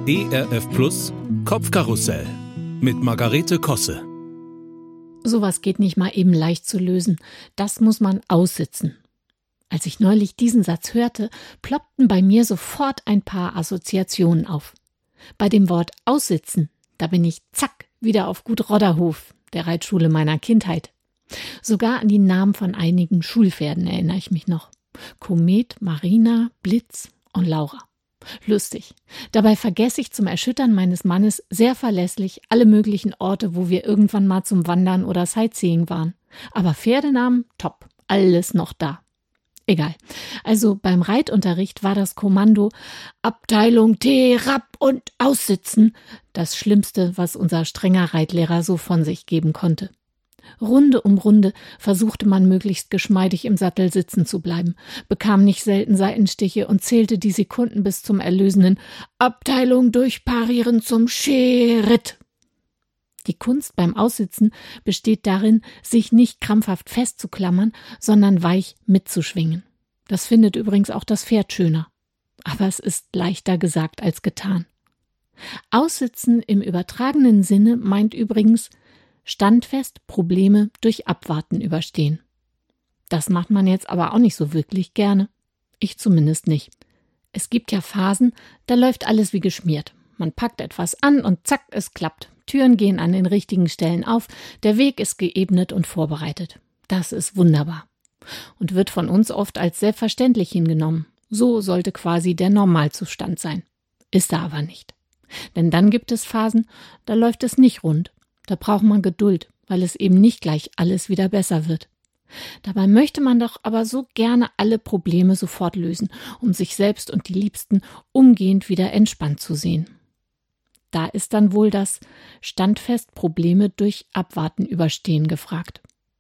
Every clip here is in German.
ERF Plus Kopfkarussell mit Margarete Kosse. Sowas geht nicht mal eben leicht zu lösen. Das muss man aussitzen. Als ich neulich diesen Satz hörte, ploppten bei mir sofort ein paar Assoziationen auf. Bei dem Wort aussitzen, da bin ich zack wieder auf Gut Rodderhof, der Reitschule meiner Kindheit. Sogar an die Namen von einigen Schulpferden erinnere ich mich noch. Komet, Marina, Blitz und Laura. Lustig. Dabei vergesse ich zum Erschüttern meines Mannes sehr verlässlich alle möglichen Orte, wo wir irgendwann mal zum Wandern oder Sightseeing waren. Aber Pferdenamen, top. Alles noch da. Egal. Also beim Reitunterricht war das Kommando Abteilung T, Rapp und Aussitzen das Schlimmste, was unser strenger Reitlehrer so von sich geben konnte. Runde um Runde versuchte man möglichst geschmeidig im Sattel sitzen zu bleiben, bekam nicht selten Seitenstiche und zählte die Sekunden bis zum erlösenden Abteilung durchparieren zum Schritt. Die Kunst beim Aussitzen besteht darin, sich nicht krampfhaft festzuklammern, sondern weich mitzuschwingen. Das findet übrigens auch das Pferd schöner. Aber es ist leichter gesagt als getan. Aussitzen im übertragenen Sinne meint übrigens standfest Probleme durch Abwarten überstehen. Das macht man jetzt aber auch nicht so wirklich gerne. Ich zumindest nicht. Es gibt ja Phasen, da läuft alles wie geschmiert. Man packt etwas an und zack, es klappt. Türen gehen an den richtigen Stellen auf, der Weg ist geebnet und vorbereitet. Das ist wunderbar. Und wird von uns oft als selbstverständlich hingenommen. So sollte quasi der Normalzustand sein. Ist er aber nicht. Denn dann gibt es Phasen, da läuft es nicht rund. Da braucht man Geduld, weil es eben nicht gleich alles wieder besser wird. Dabei möchte man doch aber so gerne alle Probleme sofort lösen, um sich selbst und die Liebsten umgehend wieder entspannt zu sehen. Da ist dann wohl das standfest Probleme durch Abwarten überstehen gefragt.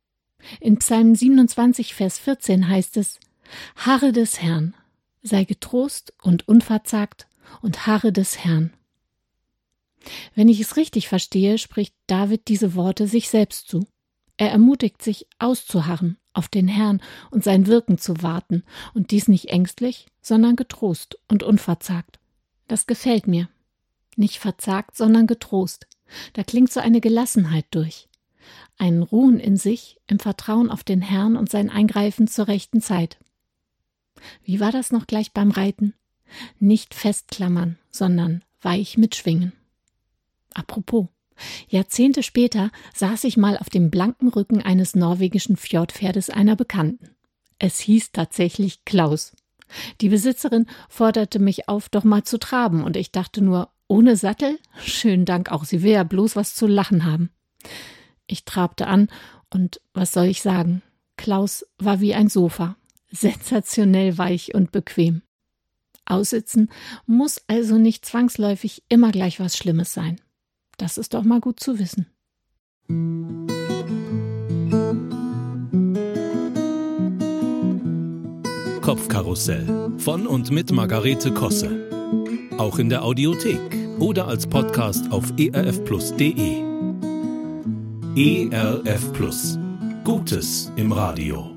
In Psalm 27, Vers 14 heißt es: Harre des Herrn, sei getrost und unverzagt und harre des Herrn. Wenn ich es richtig verstehe, spricht David diese Worte sich selbst zu. Er ermutigt sich, auszuharren, auf den Herrn und sein Wirken zu warten, und dies nicht ängstlich, sondern getrost und unverzagt. Das gefällt mir. Nicht verzagt, sondern getrost. Da klingt so eine Gelassenheit durch. Ein Ruhen in sich, im Vertrauen auf den Herrn und sein Eingreifen zur rechten Zeit. Wie war das noch gleich beim Reiten? Nicht festklammern, sondern weich mitschwingen. Apropos, Jahrzehnte später saß ich mal auf dem blanken Rücken eines norwegischen Fjordpferdes einer Bekannten. Es hieß tatsächlich Klaus. Die Besitzerin forderte mich auf, doch mal zu traben, und ich dachte nur, ohne Sattel? Schönen Dank auch, sie will ja bloß was zu lachen haben. Ich trabte an und was soll ich sagen? Klaus war wie ein Sofa, sensationell weich und bequem. Aussitzen muss also nicht zwangsläufig immer gleich was Schlimmes sein. Das ist doch mal gut zu wissen. Kopfkarussell von und mit Margarete Kosse. Auch in der Audiothek oder als Podcast auf erfplus.de. ERF Plus. Gutes im Radio.